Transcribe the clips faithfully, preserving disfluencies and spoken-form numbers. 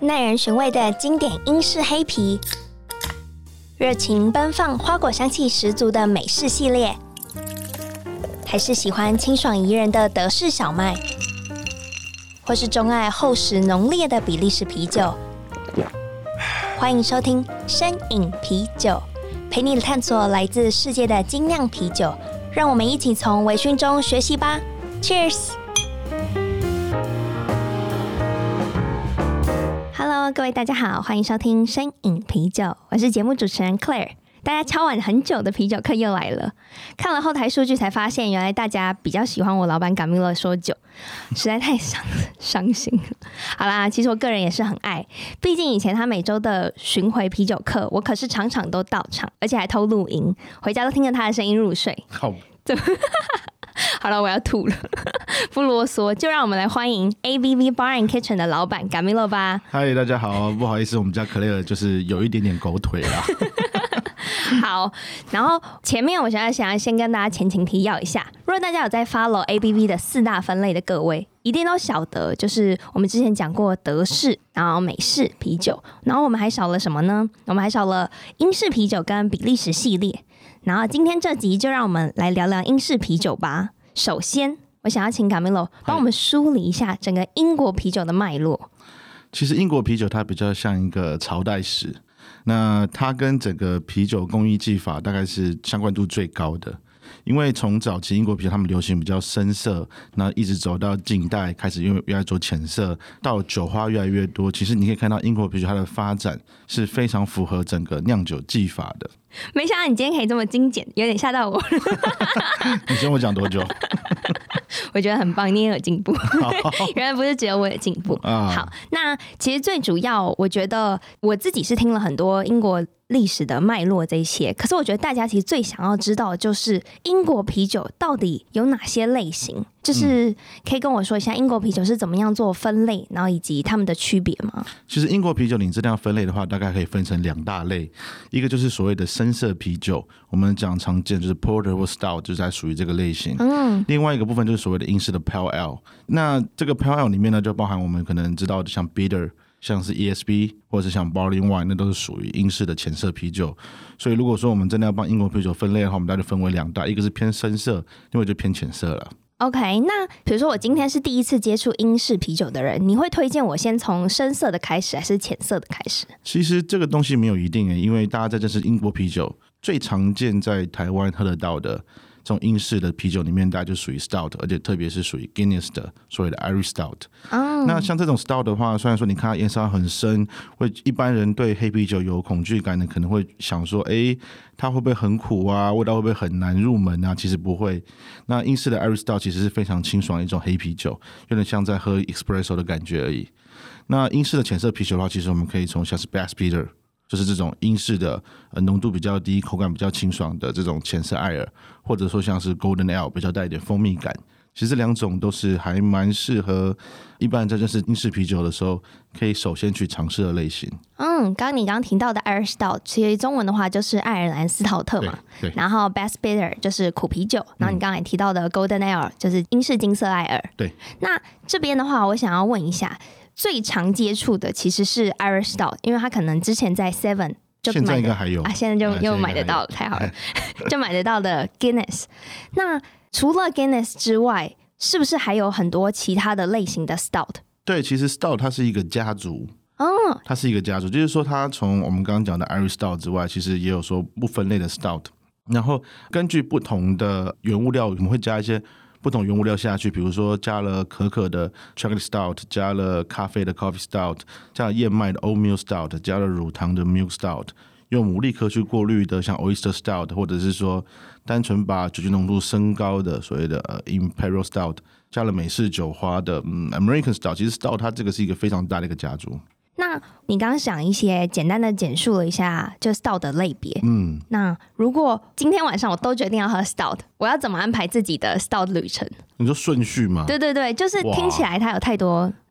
耐人寻味的经典英式黑啤，热情奔放、花果香气十足的美式系列，还是喜欢清爽宜人的德式小麦，或是钟爱厚实浓烈的比利时啤酒。欢迎收听深饮啤酒，陪你探索来自世界的精酿啤酒，让我们一起从微醺中学习吧。Cheers！Hello， 各位大家好，欢迎收听深饮啤酒，我是节目主持人 Claire。大家敲碗很久的啤酒课又来了。看了后台数据才发现，原来大家比较喜欢我老板 Camilo 说酒，实在太伤伤心了。好啦，其实我个人也是很爱，毕竟以前他每周的巡回啤酒课，我可是场场都到场，而且还偷录音，回家都听着他的声音入睡。 好。 好了，我要吐了，不啰嗦，就让我们来欢迎 A B V Bar and Kitchen 的老板 Camilo 吧。 嗨，大家好，不好意思，我们家 Claire 就是有一点点狗腿啦。 好，然后前面我想要想要先跟大家前情提要一下，如果大家有在 follow A B V 的四大分类的各位，一定都晓得，就是我们之前讲过德式，然后美式啤酒，然后我们还少了什么呢？我们还少了英式啤酒跟比利时系列。然后今天这集就让我们来聊聊英式啤酒吧。首先，我想要请 Camilo 帮我们梳理一下整个英国啤酒的脉络。 其实英国啤酒它比较像一个朝代史，那它跟整个啤酒工艺技法大概是相关度最高的。因为从早期英国啤酒他们流行比较深色，那一直走到近代开始越来越走浅色，到酒花越来越多，其实你可以看到英国啤酒它的发展是非常符合整个酿酒技法的。 没想到你今天可以这么精简，有点吓到我。 你先我讲多久？ 我觉得很棒，你也有进步。原来不是只有我有进步。好，那其实最主要，我觉得我自己是听了很多英国历史的脉络这些，可是我觉得大家其实最想要知道的就是英国啤酒到底有哪些类型，就是可以跟我说一下英国啤酒是怎么样做分类，然后以及它们的区别吗？ 其实英国啤酒你这样分类的话，大概可以分成两大类，一个就是所谓的深色啤酒，我们讲常见就是 Porter 或 Stout 就是在属于这个类型。嗯，另外一个部分就是所谓的英式的 Pale Ale， 那这个 Pale Ale 里面呢，就包含我们可能知道的像 Bitter，像是 E S B 或者是像 Barley Wine， 那都是属于英式的浅色啤酒。所以如果说我们真的要帮英国啤酒分类的话，我们大概就分为两大，一个是偏深色，另外就偏浅色了。 OK， 那比如说我今天是第一次接触英式啤酒的人，你会推荐我先从深色的开始，还是浅色的开始？ 其实这个东西没有一定耶，因为大家在认识英国啤酒，最常见在台湾喝得到的这种英式的啤酒里面，大概就属于 Stout， 而且特别是属于 Guinness 的所谓的 Irish Stout。Oh. 那像这种 Stout 的话，虽然说你看它颜色很深，会一般人对黑啤酒有恐惧感的，可能会想说，哎，它会不会很苦啊？味道会不会很难入门啊？其实不会。那英式的 Irish Stout 其实是非常清爽的一种黑啤酒，有点像在喝 Espresso 的感觉而已。那英式的浅色啤酒的话，其实我们可以从像是 Bass Bitter，就是这种英式的呃浓度比较低、口感比较清爽的这种浅色艾尔，或者说像是 Golden Ale 比较带一点蜂蜜感。其实这两种都是还蛮适合一般人在认识英式啤酒的时候，可以首先去尝试的类型。 嗯，刚刚你刚刚提到的 Irish Stout， 其实中文的话就是爱尔兰斯陶特嘛。 对。对， 然后 Bass Bitter 就是苦啤酒，然后你刚刚也提到的 Golden Ale 就是英式金色艾尔。 对。 那这边的话，我想要问一下，最常接触的其实是 Irish Stout， 因为它可能之前在 Seven 就买的， 现在应该还有啊，现在就又买得到了，太好了，就买得到的 Guinness。那除了 Guinness 之外，是不是还有很多其他的类型的 Stout？ 对，其实 Stout 它是一个家族。 哦， 它是一个家族，就是说它从我们刚刚讲的 Irish Stout 之外，其实也有说不分类的 Stout。然后根据不同的原物料，我们会加一些不同原物料下去，比如说加了可可的 Chocolate Stout， 加了咖啡的 Coffee Stout， 加了燕麦的 Oatmeal Stout， 加了乳糖的 Milk Stout， 用牡蛎壳去过滤的像 Oyster Stout， 或者是说单纯把酒精浓度升高的所谓的、呃、Imperial Stout， 加了美式酒花的、嗯、American Stout。 其实 Stout 它这个是一个非常大的一个家族。 那你刚刚讲一些简单的简述了一下就 Stout 的类别，嗯，那如果今天晚上我都决定要喝 Stout， 我要怎么安排自己的 Stout 旅程？ 你说顺序吗？ 对对对，就是听起来它有太多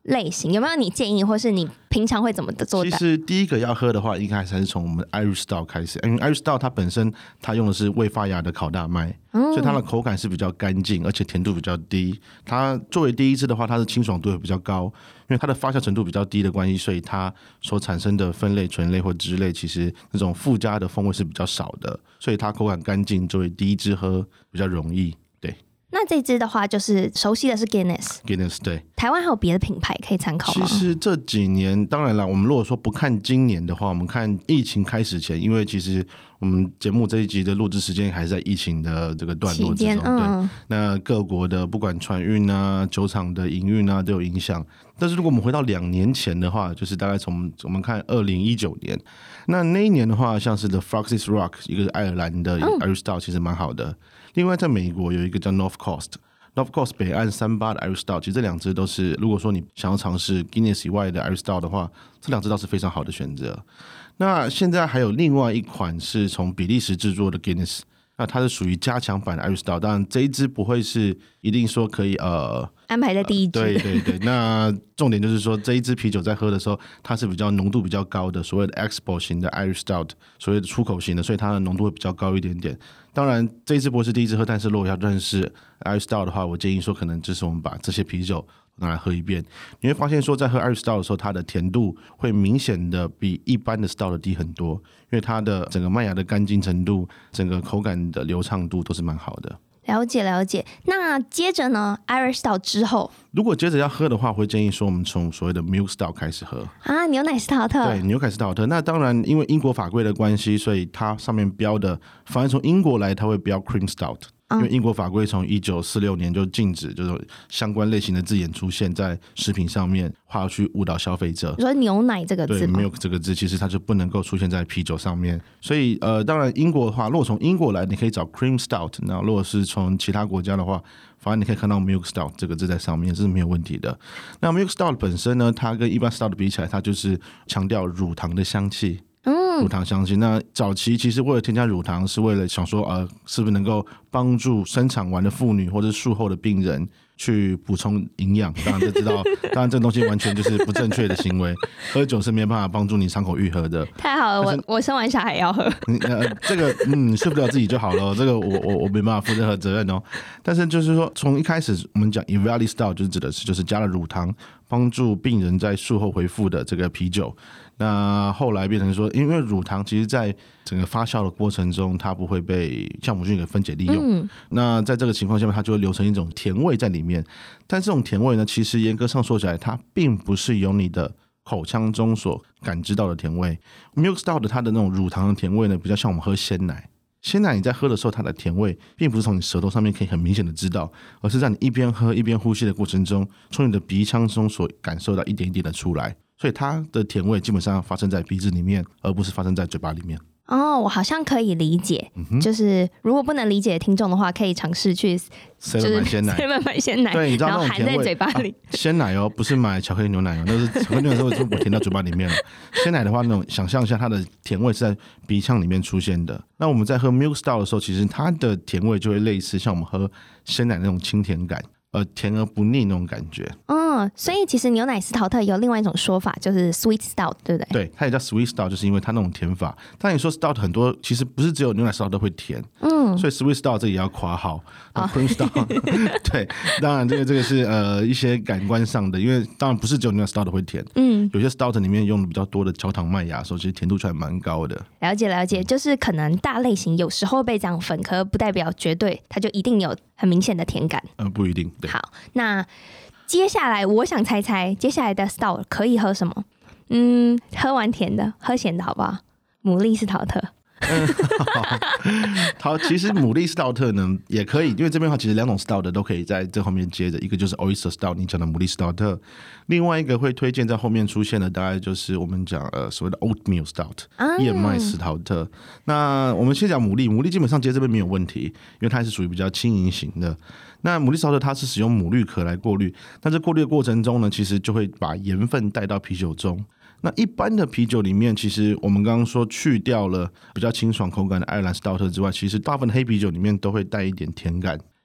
类型？有没有你建议，或是你平常会怎么做的？ 其实第一个要喝的话，应该还是从我们 Irish Stout 开始，因为 Irish Stout 它本身它用的是未发芽的烤大麦，嗯、所以它的口感是比较干净，而且甜度比较低。它作为第一支的话，它的清爽度也比较高，因为它的发酵程度比较低的关系，所以它所产生的酚类、醇类或脂类，其实那种附加的风味是比较少的，所以它口感干净，作为第一支喝比较容易。 那这支的话，就是熟悉的是 Guinness。Guinness 对， 台湾还有别的品牌可以参考吗？ 其实这几年，当然了，我们如果说不看今年的话，我们看疫情开始前，因为其实我们节目这一集的录制时间还是在疫情的这个段落之中，嗯、对，那各国的不管船运啊、酒厂的营运啊都有影响。但是如果我们回到两年前的话，就是大概从我们看二零一九年，那那一年的话，像是 The Fox's Rock 一个爱尔兰的 Irish Stout 其实蛮好的。另外，在美国有一个叫 North Coast。North Coast 北岸三八的 Irish Stout， 其实这两支都是，如果说你想要尝试 Guinness 以外的 Irish Stout 的话，这两支倒是非常好的选择。那现在还有另外一款是从比利时制作的 Guinness， 那它是属于加强版的 Irish Stout， 当然这一支不会是一定说可以呃安排在第一支、呃。 对对对，那重点就是说这一支啤酒在喝的时候，它是比较浓度比较高的，所谓的 Export 型的 Irish Stout， 所谓的出口型的，所以它的浓度会比较高一点点。当然，这一支不会是第一支喝，但是如果要认识 Irish Stout 的话，我建议说，可能就是我们把这些啤酒拿来喝一遍，你会发现说，在喝 Irish Stout 的时候，它的甜度会明显的比一般的 Stout 低很多，因为它的整个麦芽的干净程度、整个口感的流畅度都是蛮好的。 了解了解，那接着呢 ，Irish Stout 之后， 如果接着要喝的话，我会建议说，我们从所谓的 Milk Stout 开始喝啊，牛奶斯陶特。 对，牛奶斯陶特。那当然，因为英国法规的关系，所以它上面标的，反而从英国来，它会标 Cream Stout。因为英国法规从一九四六年就禁止就是相关类型的字眼出现在食品上面，怕去误导消费者。 你说牛奶这个字吗？ 对 ，milk 这个字其实它就不能够出现在啤酒上面。所以呃，当然英国的话，如果从英国来，你可以找 cream stout。那如果是从其他国家的话，反正你可以看到 milk stout 这个字在上面，这是没有问题的。那 milk stout 本身呢，它跟一般 stout 比起来，它就是强调乳糖的香气。乳糖香气，那早期其实为了添加乳糖，是为了想说，呃，是不是能够帮助生产完的妇女或者术后的病人去补充营养？当然就知道，当然这个东西完全就是不正确的行为。喝酒是没办法帮助你伤口愈合的。 太好了，我我生完小孩也要喝。 呃，这个嗯，睡不了自己就好了，这个我我我没办法负任何责任哦。但是就是说，从一开始我们讲 EVALI Stout 就是指的是就是加了乳糖，帮助病人在术后恢复的这个啤酒。那后来变成说，因为乳糖其实在整个发酵的过程中，它不会被酵母菌给分解利用。嗯、那在这个情况下面，它就会留成一种甜味在里面。但这种甜味呢，其实严格上说起来，它并不是由你的口腔中所感知到的甜味。Milk Stout 它的那种乳糖的甜味呢，比较像我们喝鲜奶。鲜奶你在喝的时候，它的甜味并不是从你舌头上面可以很明显的知道，而是在你一边喝一边呼吸的过程中，从你的鼻腔中所感受到一点一点的出来。所以它的甜味基本上发生在鼻子里面，而不是发生在嘴巴里面。 哦，我好像可以理解，嗯、就是如果不能理解的听众的话，可以尝试去就是买鲜奶， 买鲜奶， 对，你知道然后含在嘴巴里。 啊、鲜奶哦，不是买巧克力牛奶哦，那是巧克力牛奶之后我甜到嘴巴里面了。鲜奶的话，那种想象一下，它的甜味是在鼻腔里面出现的。那我们在喝 Milk Stout 的时候，其实它的甜味就会类似像我们喝鲜奶那种清甜感。呃，甜而不腻那种感觉。 嗯，所以其实牛奶斯陶特有另外一种说法，就是 sweet stout， 对不对？ 对，它也叫 sweet stout， 就是因为它那种甜法。但你说 stout 很多，其实不是只有牛奶 stout 都会甜。嗯，所以 sweet stout 这也要括号。哦、cream stout， 对，当然这个这个是呃一些感官上的，因为当然不是只有牛奶 stout 会甜。嗯，有些 stout 里面用的比较多的焦糖麦芽，所以其实甜度就还蛮高的。 了解了解，就是可能大类型有时候被这样分，可不代表绝对它就一定有很明显的甜感。 呃，不一定。对， 好，那接下来我想猜猜，接下来的 stout 可以喝什么？嗯，喝完甜的，喝咸的好不好？牡蛎斯陶特。 嗯，好，其实牡蛎 stout 呢也可以，因为这边的话其实两种 stout 都可以在这后面接着，一个就是 oyster stout， 你讲的牡蛎 stout， 另外一个会推荐在后面出现的大概就是我们讲呃所谓的 oatmeal stout， 燕麦斯陶特。那我们先讲牡蛎，牡蛎基本上接这边没有问题，因为它是属于比较轻盈型的。那牡蛎 stout 它是使用牡蛎壳来过滤，但在过滤的过程中呢，其实就会把盐分带到啤酒中。那一般的啤酒里面，其实我们刚刚说去掉了比较清爽口感的爱尔兰 stout 之外，其实大部分的黑啤酒里面都会带一点甜感，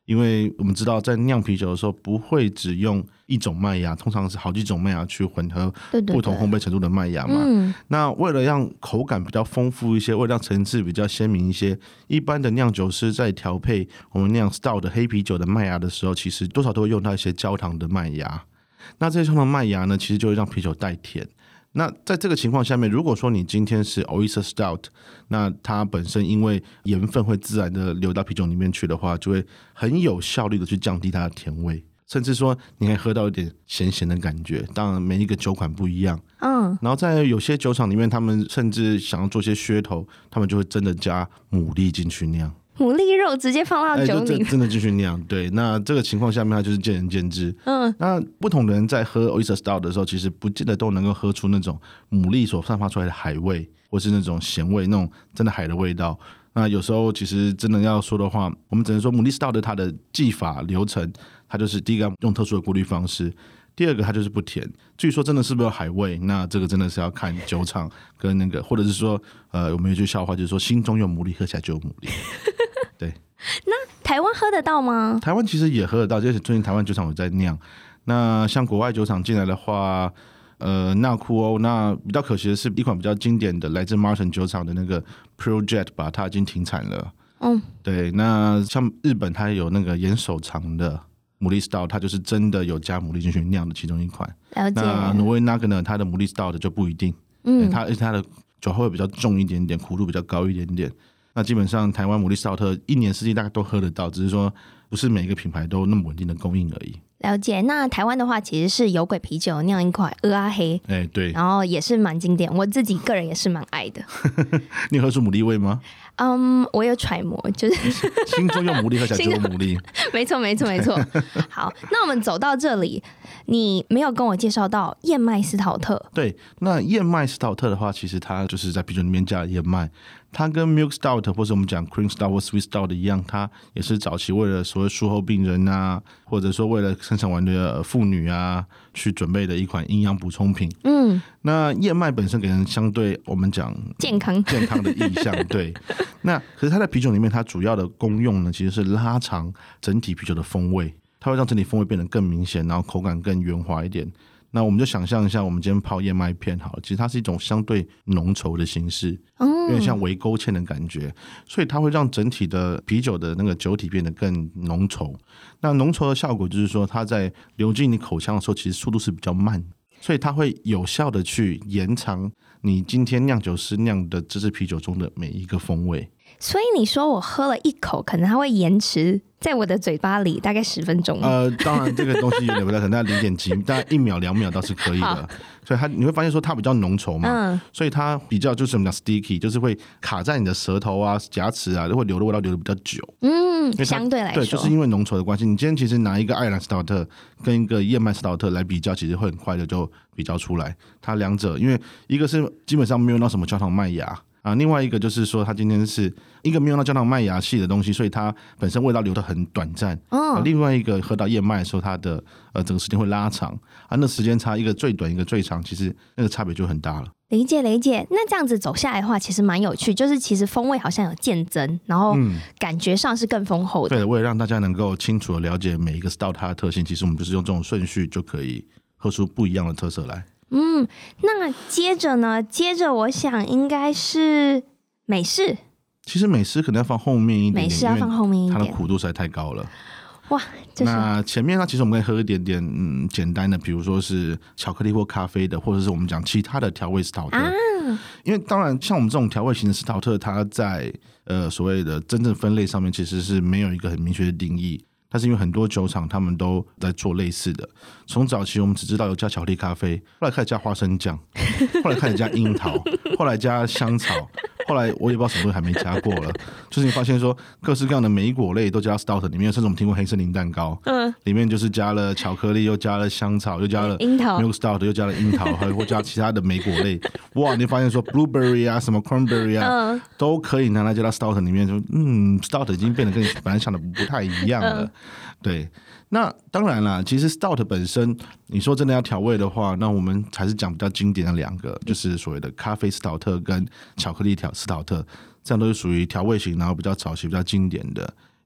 因为我们知道在酿啤酒的时候不会只用一种麦芽，通常是好几种麦芽去混合不同烘焙程度的麦芽嘛。对对对嗯、那为了让口感比较丰富一些，为了让层次比较鲜明一些，一般的酿酒师在调配我们酿 stout 的黑啤酒的麦芽的时候，其实多少都会用到一些焦糖的麦芽。那这些焦糖麦芽呢，其实就会让啤酒带甜。那在这个情况下面，如果说你今天是 Oyster Stout， 那它本身因为盐分会自然的流到啤酒里面去的话，就会很有效率的去降低它的甜味，甚至说你可以喝到一点咸咸的感觉。当然每一个酒款不一样，嗯，然后在有些酒厂里面，他们甚至想要做些噱头，他们就会真的加牡蛎进去酿。 牡蛎肉直接放到酒里、欸、 真的继续酿。对，那这个情况下面它就是见仁见智。嗯，那不同的人在喝 Oyster Stout 的时候，其实不见得都能够喝出那种牡蛎所散发出来的海味，或是那种咸味，那种真的海的味道。那有时候其实真的要说的话，我们只能说牡蛎 Stout 它的技法流程，它就是第一个用特殊的过滤方式，第二个它就是不甜。至于说真的是不是有海味，那这个真的是要看酒厂跟那个，或者是说呃，我们有句笑话就是说心中有牡蛎，喝起来就有牡蛎。对， 那台湾喝得到吗？ 台湾其实也喝得到，就是最近台湾酒厂有在酿。那像国外酒厂进来的话，呃，纳库欧，那比较可惜的是一款比较经典的来自 Martin 酒厂的那个 Project 吧，它已经停产了。嗯，对。那像日本，它有那个岩手厂的牡蛎 Stout， 它就是真的有加牡蛎进去酿的其中一款。 了解。 那挪威那个呢，它的牡蛎 Stout 就不一定，嗯，它而且它的酒后会比较重一点点，苦度比较高一点点。那基本上台湾牡蛎 Stout 一年四季大概都喝得到，只是说不是每一个品牌都那么稳定的供应而已。 了解。那台湾的话其实是有鬼啤酒酿一款鹅阿黑， 哎、欸、对， 然后也是蛮经典，我自己个人也是蛮爱的。 你有喝出牡蛎味吗？ 嗯，我有揣摩，就是心中有牡蛎，喝起来就有牡蛎。 没错，没错，没错。好，那我们走到这里，你没有跟我介绍到燕麦斯陶特。 对，那燕麦斯陶特的话，其实它就是在啤酒里面加了燕麦。它跟 Milk Stout 或者我们讲 Cream Stout 或 Sweet Stout 一样，它也是早期为了所谓术后病人啊，或者说为了生产完的妇女啊，去准备的一款营养补充品。嗯，那燕麦本身给人相对我们讲健康健康的意象，对。那可是它在啤酒里面，它主要的功用呢，其实是拉长整体啤酒的风味，它会让整体风味变得更明显，然后口感更圆滑一点。那我们就想象一下，我们今天泡燕麦片好了，其实它是一种相对浓稠的形式，有点像微勾芡的感觉，所以它会让整体的啤酒的那个酒体变得更浓稠。那浓稠的效果就是说，它在流进你口腔的时候，其实速度是比较慢，所以它会有效的去延长你今天酿酒师酿的这支啤酒中的每一个风味。 所以你说我喝了一口，可能它会延迟在我的嘴巴里大概十分钟。 呃，当然这个东西有点不太可能，零点几，大概一秒两秒倒是可以的。所以它你会发现说它比较浓稠嘛，嗯，所以它比较就是我们讲 sticky， 就是会卡在你的舌头啊、牙齿啊，会流的味道流的比较久。嗯， 相对来说， 对，就是因为浓稠的关系。你今天其实拿一个爱尔兰斯陶特跟一个燕麦斯陶特来比较，其实会很快的就比较出来。它两者因为一个是基本上没有到什么焦糖麦芽。啊，另外一个就是说，它今天是一个没有用到焦糖麦芽系的东西，所以它本身味道流得很短暂。哦、啊，另外一个喝到燕麦的时候，它的呃整个时间会拉长啊，那时间差一个最短一个最长，其实那个差别就很大了。 理解理解，那这样子走下来的话，其实蛮有趣，就是其实风味好像有渐增，然后感觉上是更丰厚的。 对的，为了让大家能够清楚的了解每一个 stout 它的特性，其实我们就是用这种顺序就可以喝出不一样的特色来。 嗯，那接着呢？接着我想应该是美式。 其实美式可能要放后面一点点， 美式要放后面一点， 它的苦度实在太高了。 哇，就是、 那前面呢，其实我们可以喝一点点嗯简单的，比如说是巧克力或咖啡的，或者是我们讲其他的调味斯陶特。啊，因为当然像我们这种调味型的斯陶特，它在呃所谓的真正分类上面其实是没有一个很明确的定义。但是因为很多酒厂他们都在做类似的，从早期我们只知道有加巧克力咖啡，后来开始加花生酱，后来开始加樱桃，后来加香草，后来我也不知道什么东西还没加过了。就是你发现说各式各样的莓果类都加到 stout 里面，甚至我们听过黑森林蛋糕，嗯，里面就是加了巧克力，又加了香草，又加了樱桃 milk stout， 又加了樱桃，还或加其他的莓果类。哇，你发现说 blueberry 啊，什么 cranberry 啊，嗯，都可以拿来加到 stout 里面，就嗯 stout 已经变得跟你本来想的不太一样了。嗯，对，那当然啦，其实 stout 本身，你说真的要调味的话，那我们还是讲比较经典的两个，就是所谓的咖啡斯陶特跟巧克力调斯陶特，这样都是属于调味型，然后比较早期、比较经典的。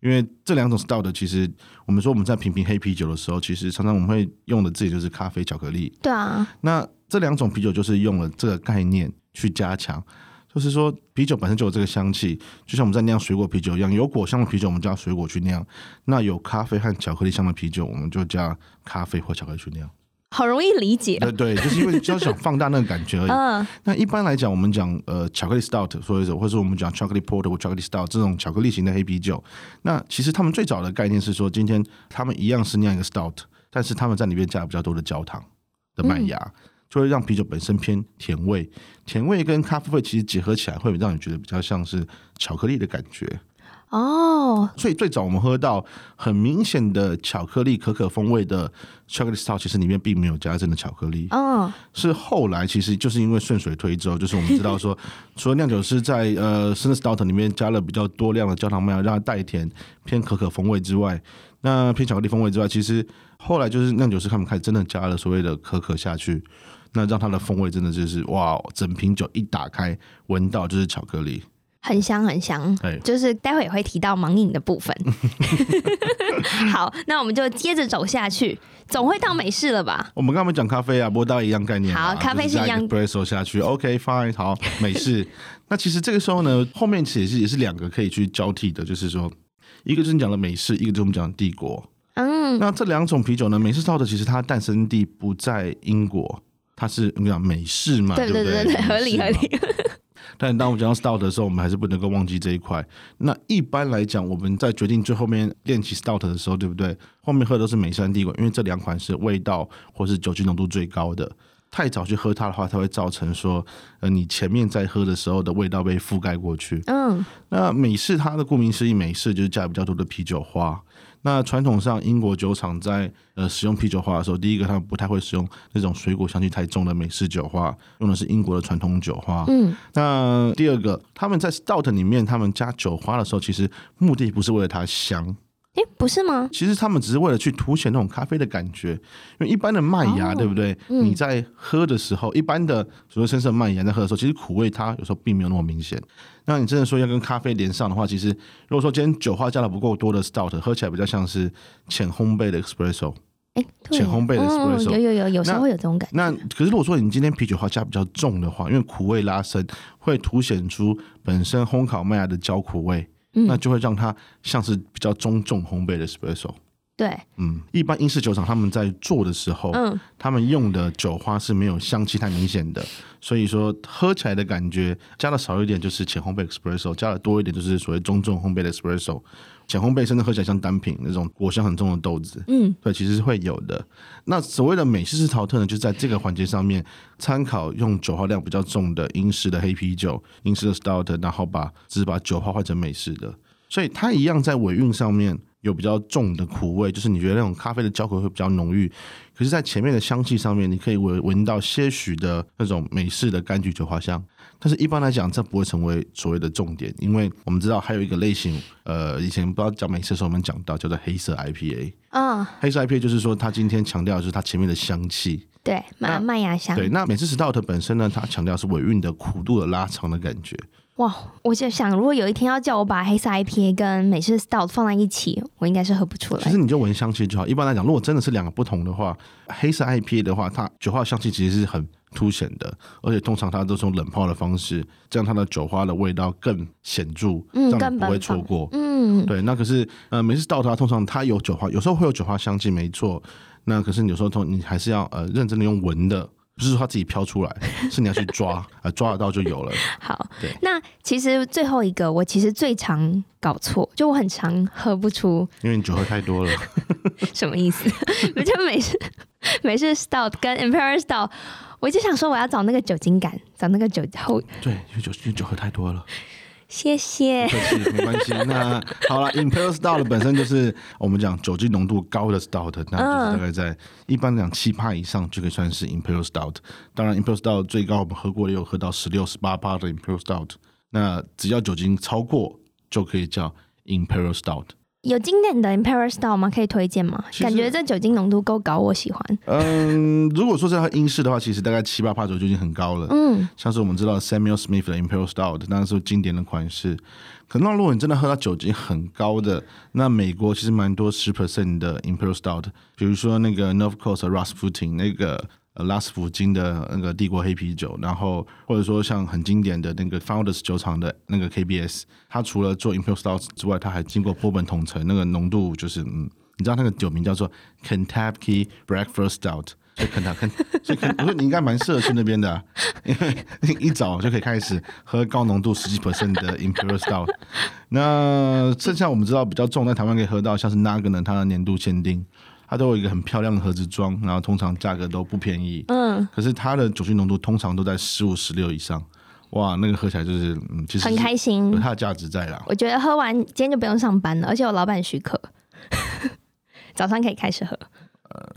因为这两种 stout 其实我们说我们在品评黑啤酒的时候，其实常常我们会用的字就是咖啡巧克力。 对啊， 那这两种啤酒就是用了这个概念去加强，就是说啤酒本身就有这个香气，就像我们在酿水果啤酒一样，有果香的啤酒我们加水果去酿，那有咖啡和巧克力香的啤酒我们就加咖啡或巧克力去酿。 好容易理解。 对对，就是因为就想放大那个感觉而已。嗯，那一般来讲，我们讲呃巧克力 stout， 所以或者我们讲 chocolate porter 或 chocolate stout 这种巧克力型的黑啤酒，那其实他们最早的概念是说，今天他们一样是酿一个 stout， 但是他们在里面加了比较多的焦糖的麦芽。嗯，就会让啤酒本身偏甜味，甜味跟咖啡味其实结合起来，会让你觉得比较像是巧克力的感觉。哦，所以最早我们喝到很明显的巧克力可可风味的 chocolate stout， 其实里面并没有加真的巧克力。哦，是后来其实就是因为顺水推舟，就是我们知道说，除了酿酒师在呃生的 stout 里面加了比较多量的焦糖麦芽，让它带甜偏可可风味之外，那偏巧克力风味之外，其实后来就是酿酒师他们开始真的加了所谓的可可下去。那让它的风味真的就是哇，整瓶酒一打开闻到就是巧克力， 很香很香，就是待会也会提到盲饮的部分。好，那我们就接着走下去，总会到美式了吧？ 我们刚刚讲咖啡啊，不过大概一样概念。 好，咖啡是一样 espresso 下去 ，OK fine， 好，美式。那其实这个时候呢，后面其实也是两个可以去交替的，就是说，一个就是你讲的美式，一个就是我们讲的帝国。嗯，那这两种啤酒呢，美式stout其实它诞生地不在英国。它是我们讲美式嘛， 对对对对，合理合理。 但当我们讲到 stout 的时候，我们还是不能够忘记这一块。那一般来讲，我们在决定最后面练起 stout 的时候，对不对？后面喝的都是美式和帝国，因为这两款是味道或是酒精浓度最高的。太早去喝它的话，它会造成说，呃，你前面在喝的时候的味道被覆盖过去。嗯，那美式它的顾名思义，美式就是加比较多的啤酒花。那传统上，英国酒厂在呃使用啤酒花的时候，第一个他们不太会使用那种水果香气太重的美式酒花，用的是英国的传统酒花。嗯，那第二个，他们在 stout 里面，他们加酒花的时候，其实目的不是为了它香。 哎，不是吗？ 其实他们只是为了去凸显那种咖啡的感觉，因为一般的麦芽，哦、对不对、嗯？你在喝的时候，一般的所谓深色麦芽在喝的时候，其实苦味它有时候并没有那么明显。那你真的说要跟咖啡连上的话，其实如果说今天酒花加了不够多的 stout， 喝起来比较像是浅烘焙的 espresso。哎，浅烘焙的 espresso、 哦、有有有，有时候会有这种感觉。 那可是如果说你今天啤酒花加比较重的话，因为苦味拉升，会凸显出本身烘烤麦芽的焦苦味。嗯、那就会让它像是比较中重烘焙的 espresso。 对， 嗯，一般英式酒厂他们在做的时候，嗯，他们用的酒花是没有香气太明显的，所以说喝起来的感觉加的少一点就是浅烘焙 espresso， 加的多一点就是所谓中重烘焙的 espresso。浅烘焙甚至喝起来像单品那种果香很重的豆子，嗯，对，其实是会有的。那所谓的美式陶特呢，就在这个环节上面参考用酒花量比较重的英式的黑啤酒、英式的 stout， 然后把只是把酒花换成美式的，所以它一样在尾韵上面有比较重的苦味，就是你觉得那种咖啡的焦苦会比较浓郁，可是在前面的香气上面你可以闻到些许的那种美式的柑橘酒花香，但是一般来讲这不会成为所谓的重点，因为我们知道还有一个类型，呃，以前不知道讲美式的时候我们讲到叫做黑色 I P A。 嗯，黑色 I P A 就是说它今天强调的是它前面的香气， 对，麦芽香。 对，那美式 stout 本身呢，它强调是尾韵的苦度的拉长的感觉。 哇，我就想如果有一天要叫我把黑色 I P A 跟美式 stout 放在一起，我应该是喝不出来。 其实你就闻香气就好。一般来讲，如果真的是两个不同的话，黑色 I P A 的话，它酒花的香气其实是很凸显的，而且通常它都是用冷泡的方式，这样它的酒花的味道更显著，嗯，让你不会错过。嗯，对。那可是呃，美式 stout 它通常它有酒花，有时候会有酒花香气，没错。那可是有时候你还是要呃认真的用闻的。不是说它自己飘出来，是你要去抓，呃，抓得到就有了。 好，那其实最后一个，我其实最常搞错，就我很常喝不出， 因为你酒喝太多了。 什么意思？我就美式美式 stout 跟 Imperial stout， 我就想说我要找那个酒精感，找那个酒后。 对，因为酒因为酒喝太多了。 谢谢， 不客气，没关系。那好了 ，Imperial Stout 本身就是我们讲酒精浓度高的 Stout， 那就是大概在一般讲七趴以上就可以算是 Imperial Stout。当然 ，Imperial Stout 最高我们喝过的有喝到十六、十八趴的 Imperial Stout。那只要酒精超过就可以叫 Imperial Stout。 有经典的 Imperial Stout 吗？可以推荐吗？感觉这酒精浓度够高，我喜欢。 嗯，如果说是它英式的话，其实大概七八趴左右就已经很高了。嗯，像是我们知道 Samuel Smith 的 Imperial Stout， 那是经典的款式。可能如果你真的喝到酒精很高的，那美国其实蛮多 百分之十 的 Imperial Stout， 比如说那个 North Coast 的 Rasputin 那个。呃，拉斯福金的那个帝国黑啤酒，然后或者说像很经典的那个 Founders 酒厂的那个 K B S， 它除了做 Imperial Stout 之外，它还经过波本统称，那个浓度就是嗯，你知道那个酒名叫做 Kentucky Breakfast Stout， 所以肯塔肯，所以肯，我说你应该蛮适合去那边的、啊，因为一早就可以开始喝高浓度十几 percent 的 Imperial Stout。那剩下我们知道比较重，在台湾可以喝到像是 Nagano 它的年度限定。它都有一个很漂亮的盒子装，然后通常价格都不便宜。嗯，可是它的酒精浓度通常都在十五、十六以上。哇，那个喝起来就是嗯，其实很开心， 有它的价值在啦。 我觉得喝完今天就不用上班了，而且有老板许可，早上可以开始喝。呃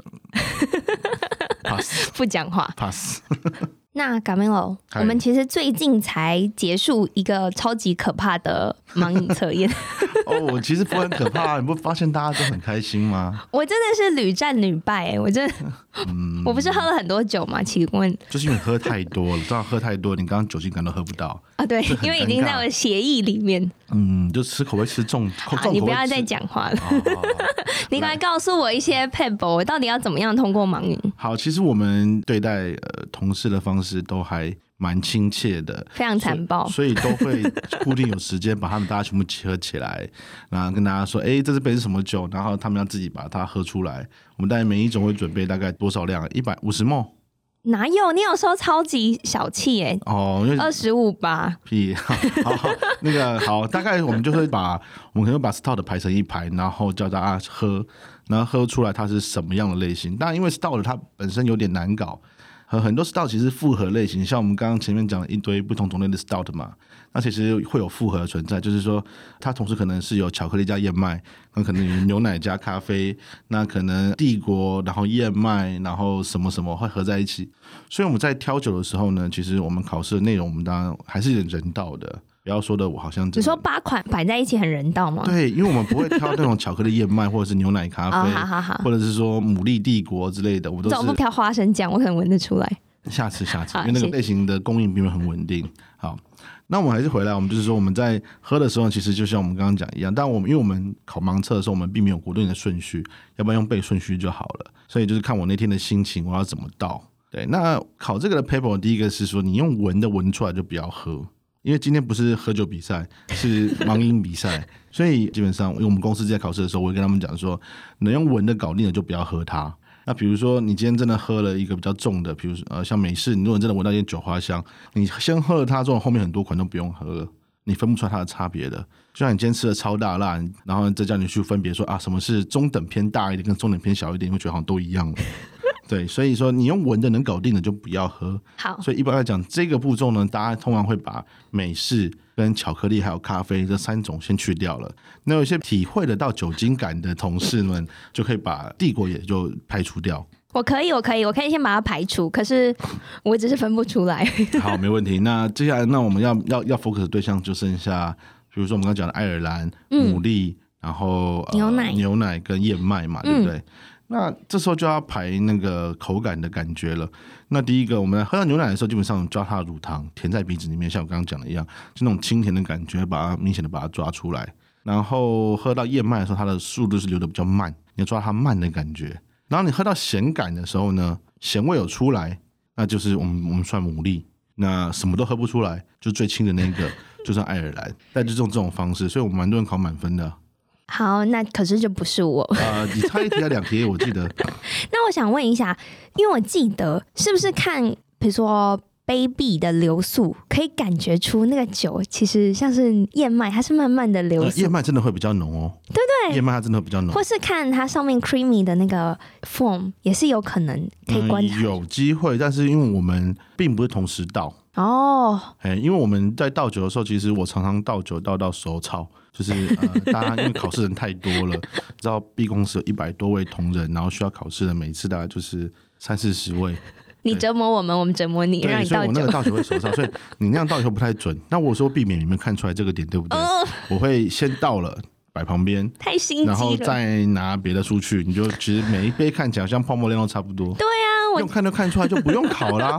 ，pass， 不讲话 ，pass 。 那 Camilo， 我们其实最近才结束一个超级可怕的盲饮测验。 哦，其实不会很可怕，你不发现大家都很开心吗？ 我真的是屡战屡败、欸，我真的，嗯、我不是喝了很多酒吗？请问， 就是因为喝太多了，当然喝太多，你刚刚酒精感都喝不到啊？对，因为已经在我的协议里面。 嗯，就吃口味吃重，重口味吃。 你不要再讲话了。哦、你赶快告诉我一些 pebble， 我到底要怎么样通过盲饮？ 好，其实我们对待呃同事的方式都还蛮亲切的， 非常残暴， 所以都会固定有时间把他们大家全部集合起来，然后跟大家说，哎，这支杯是什么酒，然后他们要自己把它喝出来。我们大概每一种会准备大概多少量？一百五十 ml。 哪有？你有时候超级小气哎、欸！哦，二十五吧。 屁，好，好那个好，大概我们就会把我们可能会把 Stout 排成一排，然后叫大家喝，然后喝出来它是什么样的类型。当然，因为 Stout 它本身有点难搞。很多 Stout 其实复合类型，像我们刚刚前面讲了一堆不同种类的 Stout 嘛，那其实会有复合的存在，就是说它同时可能是有巧克力加燕麦，那可能有牛奶加咖啡，那可能帝国然后燕麦然后什么什么会合在一起。所以我们在挑酒的时候呢，其实我们考试的内容我们当然还是有点人道的。不要说的我好像你说八款摆在一起很人道吗？ 对，因为我们不会挑那种巧克力燕麦或者是牛奶咖啡， 哦、好好好， 或者是说牡蛎帝国之类的，我都是。 怎么不挑花生酱？我可能闻得出来。 下次下次，因为那个类型的供应并不很稳定。好，那我们还是回来，我们就是说我们在喝的时候，其实就像我们刚刚讲一样，但我们因为我们考盲测的时候，我们并没有固定的顺序，要不然用背顺序就好了。所以就是看我那天的心情，我要怎么倒。对，那考这个的 paper 第一个是说，你用闻的闻出来就不要喝。因为今天不是喝酒比赛，是盲饮比赛，所以基本上，因为我们公司在考试的时候，我会跟他们讲说，能用闻的搞定的就不要喝它。那比如说，你今天真的喝了一个比较重的，比如说呃像美式，你如果真的闻到一点酒花香，你先喝了它之后，后面很多款都不用喝了，你分不出来它的差别的。就像你今天吃了超大辣，然后再叫你去分别说啊，什么是中等偏大一点，跟中等偏小一点，你会觉得好像都一样了。对，所以说你用闻的能搞定的就不要喝。 好， 所以一般来讲，这个步骤呢，大家通常会把美式跟巧克力还有咖啡这三种先去掉了。那有一些体会得到酒精感的同事们，就可以把帝国也就排除掉。 我可以，我可以，我可以先把它排除，可是我只是分不出来。 好，没问题。那接下来，那我们要要要 focus 的对象就剩下，比如说我们刚刚讲的爱尔兰、牡蛎，然后、呃、 牛奶、 牛奶跟燕麦嘛，对不对？嗯，那这时候就要排那个口感的感觉了。那第一个，我们喝到牛奶的时候，基本上抓它的乳糖填在鼻子里面，像我刚刚讲的一样，就那种清甜的感觉，把它明显的把它抓出来。然后喝到燕麦的时候，它的速度是流的比较慢，你要抓它慢的感觉。然后你喝到咸感的时候呢，咸味有出来，那就是我们我们算牡蛎。那什么都喝不出来，就最轻的那个，就算爱尔兰。但就这种这种方式，所以我们蛮多人考满分的。 好，那可是就不是我。 呃，你差一题还两题，我记得。 那我想问一下，因为我记得是不是看，比如说杯壁的流速，可以感觉出那个酒其实像是燕麦，它是慢慢的流速。 呃、燕麦真的会比较浓哦。 对对， 燕麦它真的会比较浓。 或是看它上面 creamy 的那个 form， 也是有可能可以观察、嗯。 有机会，但是因为我们并不是同时倒。 哦， 哎，因为我们在倒酒的时候，其实我常常倒酒倒到手操，就是呃，大家因为考试人太多了，知道 B 公司有一百多位同仁，然后需要考试的每次大概就是三四十位。 你折磨我们，我们折磨你，让你倒酒。 所以我那个倒酒会手操，所以你那样倒酒不太准。那我说避免你们看出来这个点，对不对？哦、我会先倒了， 摆旁边， 太心机了， 然后再拿别的出去，你就其实每一杯看起来像泡沫量都差不多。 对啊，我用看就看出来，就不用考啦。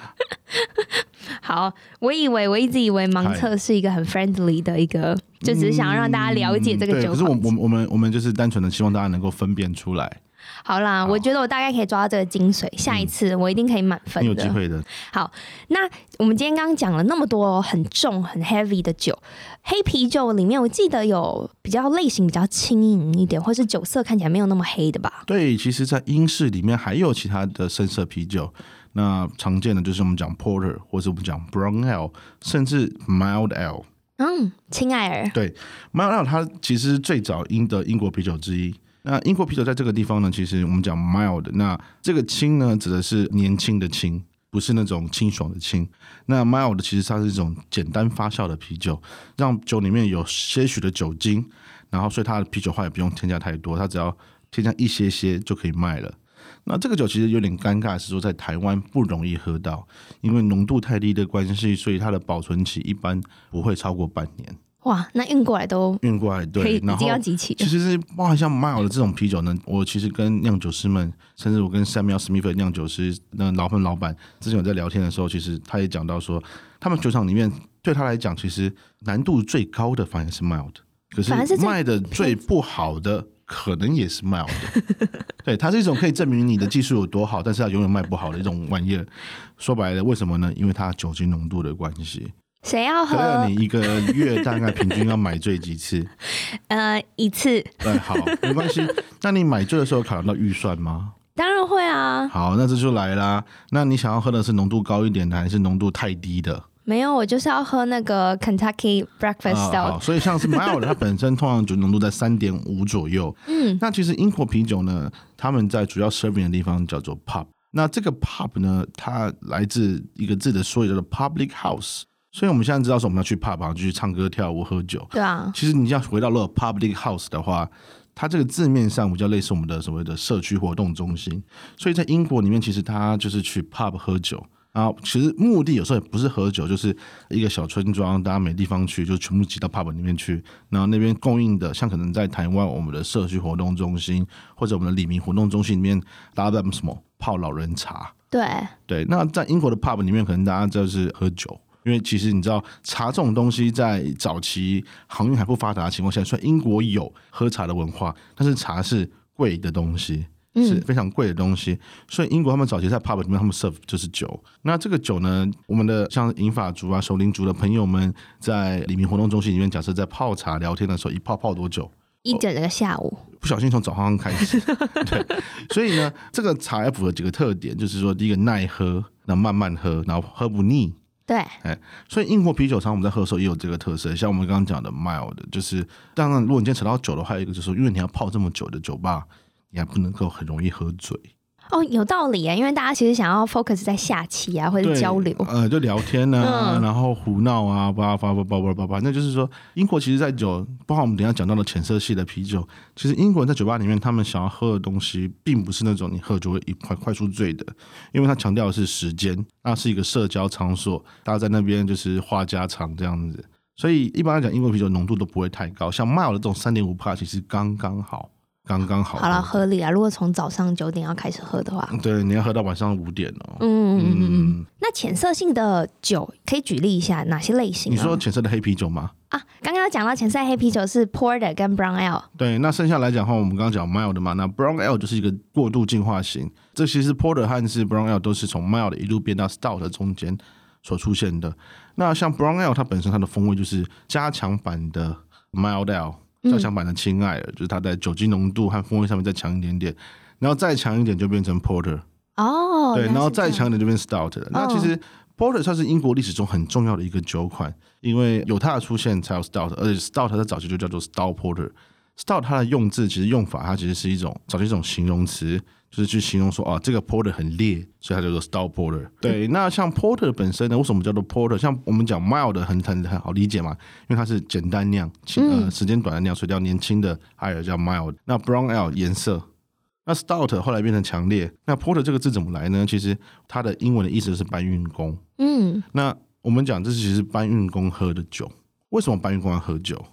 好，我以为我一直以为盲测是一个很 friendly 的一个，就只是想要让大家了解这个酒、嗯。 可是我我我们我们就是单纯的希望大家能够分辨出来。 好啦，好我觉得我大概可以抓到这个精髓，下一次我一定可以满分的。 你有机会的。 好，那我们今天刚刚讲了那么多很重很 heavy 的酒，黑啤酒里面我记得有比较类型比较轻盈一点，或是酒色看起来没有那么黑的吧？ 对，其实在英式里面还有其他的深色啤酒，那常见的就是我们讲 Porter 或者我们讲 Brown Ale， 甚至 Mild Ale。 嗯，亲爱儿。 对 ，Mild Ale 它其实最早英的英国啤酒之一。那英国啤酒在这个地方呢，其实我们讲 mild， 那这个轻呢指的是年轻的轻，不是那种清爽的清。那 mild 其实它是一种简单发酵的啤酒，让酒里面有些许的酒精，然后所以它的啤酒花也不用添加太多，它只要添加一些些就可以卖了。那这个酒其实有点尴尬，是说在台湾不容易喝到，因为浓度太低的关系，所以它的保存期一般不会超过半年。 哇，那运过来都运过来对， 已经要集齐了。 其实是包含像 mild 的这种啤酒呢，我其实跟酿酒师们，甚至我跟 Samuel Smith 酿酒师那老板老板之前有在聊天的时候，其实他也讲到说，他们酒厂里面对他来讲，其实难度最高的反而是 mild， 可是卖的最不好的可能也是 mild。对，它是一种可以证明你的技术有多好，但是它永远卖不好的一种玩意儿。说白了，为什么呢？因为它酒精浓度的关系。 谁要喝？ 可能你一个月大概平均要买醉几次？ 呃，一次。 对，好，没关系。那你买醉的时候考量到预算吗？ 当然会啊。 好，那这就来啦。那你想要喝的是浓度高一点的，还是浓度太低的？ 没有，我就是要喝那个 Kentucky Breakfast Stout、 啊。好，所以像是 mild 它本身通常酒浓度在 三点五 左右。嗯，那其实英国啤酒呢，他们在主要 serving 的地方叫做 pub。那这个 pub 呢，它来自一个字的缩写叫做 public house。所以我们现在知道说我们要去 pub 就去唱歌跳舞喝酒， 对啊。 其实你要回到了 public house 的话，它这个字面上比较类似我们的所谓的社区活动中心。所以在英国里面，其实它就是去 pub 喝酒，然后其实目的有时候也不是喝酒，就是一个小村庄，大家没地方去，就全部挤到 pub 里面去。然后那边供应的，像可能在台湾我们的社区活动中心或者我们的里民活动中心里面，大家在什么泡老人茶。 对对，那在英国的 pub 里面，可能大家就是喝酒。因为其实你知道茶这种东西在早期航运还不发达的情况下，虽然英国有喝茶的文化，但是茶是贵的东西，是非常贵的东西、嗯、所以英国他们早期在 pub 里面他们 serve 就是酒。那这个酒呢，我们的像银发族啊、熟龄族的朋友们在里面活动中心里面，假设在泡茶聊天的时候，一泡泡多久？ 一整个下午， 不小心从早上开始。对，所以呢，这个茶要符合几个特点，就是说第一个耐喝，然后慢慢喝，然后喝不腻。 对， 哎，所以英国啤酒厂我们在喝的时候也有这个特色，像我们刚刚讲的 mild， 就是当然如果你今天扯到酒的话，还有一个就是说，因为你要泡这么久的酒吧，你还不能够很容易喝醉。 哦，有道理耶，因为大家其实想要 focus 在下棋啊，或者交流， 呃，就聊天啊，嗯、然后胡闹啊，叭叭叭叭叭叭叭。那就是说，英国其实在酒，包括我们等一下讲到的浅色系的啤酒，其实英国人在酒吧里面，他们想要喝的东西，并不是那种你喝就会一快快速醉的，因为他强调的是时间，那是一个社交场所，大家在那边就是话家常这样子。所以一般来讲，英国啤酒浓度都不会太高，像 mild 的这种 三点五 趴，其实刚刚好。刚刚好， 好了，合理啊。如果从早上九点要开始喝的话， 对，你要喝到晚上五点哦。 嗯嗯嗯嗯。那浅色性的酒可以举例一下哪些类型、啊？ 你说浅色的黑啤酒吗？ 啊，刚刚讲到浅色黑啤酒是 Porter 跟 Brown Ale。 对，那剩下来讲的话，我们刚刚讲 mild 的嘛，那 Brown Ale 就是一个过渡进化型。这其实 Porter 和是 Brown Ale 都是从 mild 一路变到 stout 的中间所出现的。那像 Brown Ale 它本身它的风味就是加强版的 mild ale。加强版的亲爱了，就是它在酒精浓度和风味上面再强一点点，然后再强一点就变成 Porter 哦， 对，然后再强一点就变 Stout 了。哦、那其实 Porter 它是英国历史中很重要的一个酒款，因为有它的出现才有 Stout， 而且 Stout 它在早期就叫做 Stout Porter。Stout 它的用字其实用法，它其实是一种早期一种形容词。就是去形容说啊，这个 porter 很烈，所以它叫做 stout porter。对，那像 porter 本身呢，为什么叫做 porter？ 像我们讲 mild 很很很好理解嘛，因为它是简单酿，呃，时间短的酿，所以叫年轻的还有叫 mild。那 brown ale 颜色，那 stout 后来变成强烈。那 porter 这个字怎么来呢？其实它的英文的意思是搬运工。嗯，那我们讲这是其实搬运工喝的酒。为什么搬运工要喝酒？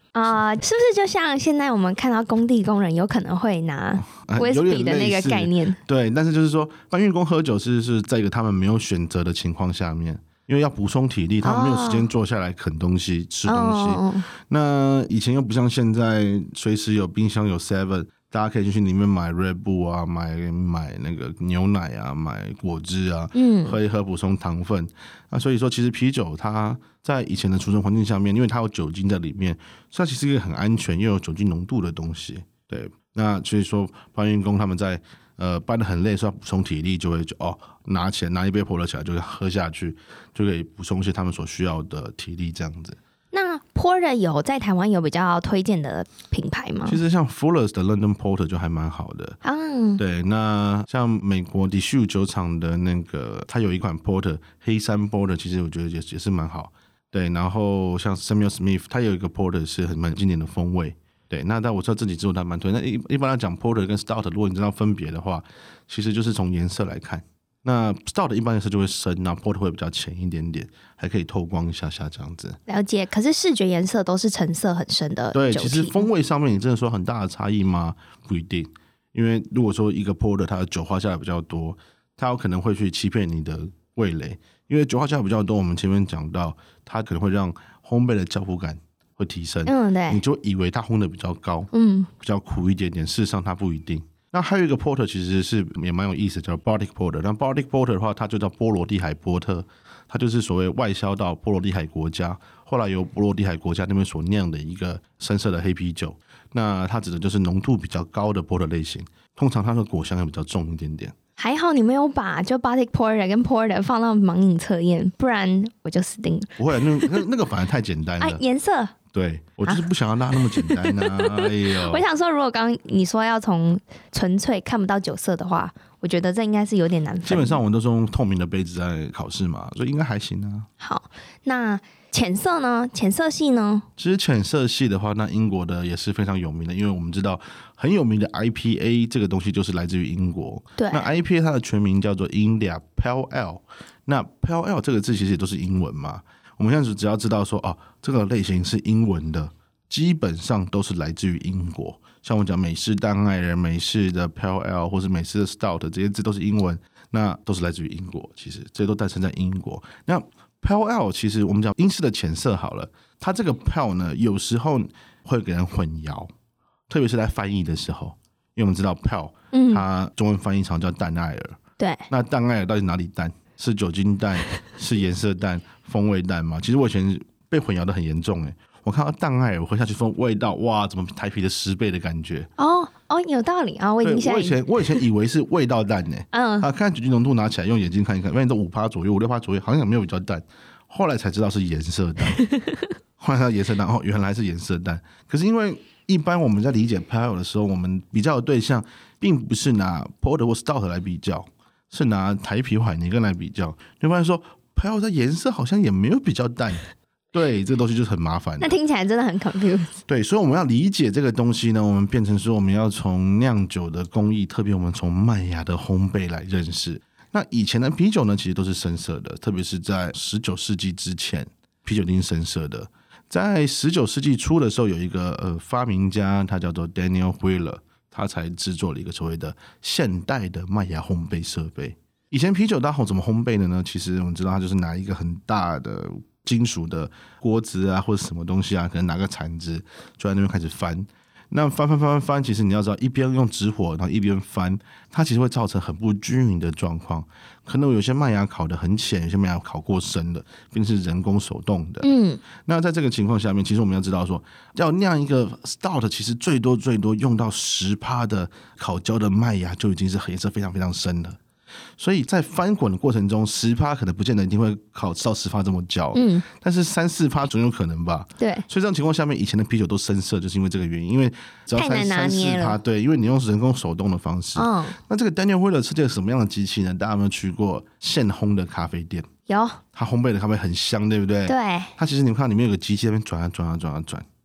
啊、呃，是不是就像现在我们看到工地工人有可能会拿威士忌的那个概念？ 呃、对，但是就是说搬运工喝酒是是在一个他们没有选择的情况下面。因为要补充体力，他们没有时间坐下来啃东西、哦、吃东西、哦。那以前又不像现在，随时有冰箱有 seven， 大家可以去里面买 Red Bull 啊，买买那个牛奶啊，买果汁啊，嗯，喝一喝补充糖分。那所以说，其实啤酒它在以前的储存环境下面，因为它有酒精在里面，所以它其实是一个很安全又有酒精浓度的东西。对，那所以说搬运工他们在。呃，搬得很累，说要补充体力，就会就哦，拿起来拿一杯Porter起来，就喝下去，就可以补充一些他们所需要的体力，这样子。 那 Porter 有在台湾有比较推荐的品牌吗？ 其实像 Fuller's 的 London Porter 就还蛮好的。嗯，对。那像美国 Deschutes 酒厂的那个，它有一款 Porter 黑山 Porter， 其实我觉得也也是蛮好。对，然后像 Samuel Smith， 它有一个 Porter 是很蛮经典的风味。对，那但我知道自己之后它蛮推。那一一般来讲 ，Porter 跟 Stout， 如果你知道分别的话，其实就是从颜色来看。那 Stout 一般颜色就会深，那 Porter 会比较浅一点点，还可以透光一下下这样子。 了解，可是视觉颜色都是橙色很深的酒体。 对，其实风味上面你真的说很大的差异吗？不一定，因为如果说一个 Porter 它的酒花下来比较多，它有可能会去欺骗你的味蕾，因为酒花下来比较多，我们前面讲到，它可能会让烘焙的焦糊感会提升，嗯，对，你就以为它烘的比较高，嗯，比较苦一点点，事实上它不一定。那还有一个 Porter 其实是也蛮有意思，叫 Baltic Porter。那 Baltic Porter 的话，它就叫波罗的海波特，它就是所谓外销到波罗的海国家，后来由波罗的海国家那边所酿的一个深色的黑啤酒。那它指的就是浓度比较高的 Porter 类型，通常它的果香也比较重一点点。 还好你没有把就 Baltic Porter 跟 Porter 放到盲饮测验，不然我就死定了。 不会，那那那个反而太简单了。啊， 颜色。 对，我就是不想要拉那么简单啊！哎呦， 我想说，如果刚刚你说要从纯粹看不到酒色的话，我觉得这应该是有点难分。 基本上我们都是用透明的杯子在考试嘛，所以应该还行啊。 好，那浅色呢？浅色系呢？ 其实浅色系的话，那英国的也是非常有名的，因为我们知道很有名的 I P A 这个东西就是来自于英国。 对， 那 I P A 它的全名叫做 India Pale Ale， 那 Pale Ale 这个字其实也都是英文嘛。我们现在只要知道说哦，这个类型是英文的，基本上都是来自于英国。像我讲美式淡艾尔、美式的 Pale Ale 或是美式的 Stout 这些字都是英文，那都是来自于英国。其实这些都诞生在英国。那 Pale Ale 其实我们讲英式的浅色好了，它这个 Pale 呢有时候会给人混淆，特别是在翻译的时候，因为我们知道 Pale 它中文翻译常叫淡艾尔。 对， 那淡艾尔到底哪里淡？是酒精淡，是颜色淡，风味淡吗？其实我以前被混淆的很严重哎，我看到淡艾尔，我喝下去风味道，哇，怎么台啤的十倍的感觉？哦哦，有道理啊，我已经现在我以前我以前以为是味道淡呢，嗯，啊，看酒精浓度拿起来用眼睛看一看，发现都五趴左右，五六趴左右，好像没有比较淡，后来才知道是颜色淡，后来它颜色淡，哦，原来是颜色淡。可是因为一般我们在理解 Pale 的时候，我们比较的对象并不是拿 Porter 或 Stout 来比较。是拿台啤海尼根来比较，你会发现说 Pale 的颜色好像也没有比较淡，对，这个东西就是很麻烦的。 那听起来真的很 confused。 对，所以我们要理解这个东西呢，我们变成说我们要从酿酒的工艺，特别我们从麦芽的烘焙来认识。那以前的啤酒呢，其实都是深色的，特别是在十九世纪之前，啤酒一定是深色的。在十九世纪初的时候，有一个呃发明家，他叫做 Daniel Wheeler。他才制作了一个所谓的现代的麦芽烘焙设备。以前啤酒大红怎么烘焙的呢？其实我们知道，他就是拿一个很大的金属的锅子啊，或者什么东西啊，可能拿个铲子就在那边开始翻。那翻翻翻翻翻，其实你要知道，一边用直火，然后一边翻，它其实会造成很不均匀的状况。可能有些麦芽烤得很浅，有些麦芽烤过深的，并且是人工手动的。嗯，那在这个情况下面，其实我们要知道说，要酿一个 Stout， 其实最多最多用到百分之十 的烤焦的麦芽就已经是颜色非常非常深了。所以在翻滚的过程中 百分之十 可能不见得一定会烤到 百分之十 这么焦，嗯，但是三四趴总有可能吧。 对， 所以这种情况下面，以前的啤酒都深色，就是因为这个原因，因为只要三三四趴，对，因为你用人工手动的方式。嗯，那这个 Daniel Wheeler 设计了什么样的机器呢？大家有没有去过现烘的咖啡店？ 有， 它烘焙的咖啡很香，对不对？ 对， 它其实你们看里面有个机器在那边转啊转啊转啊转，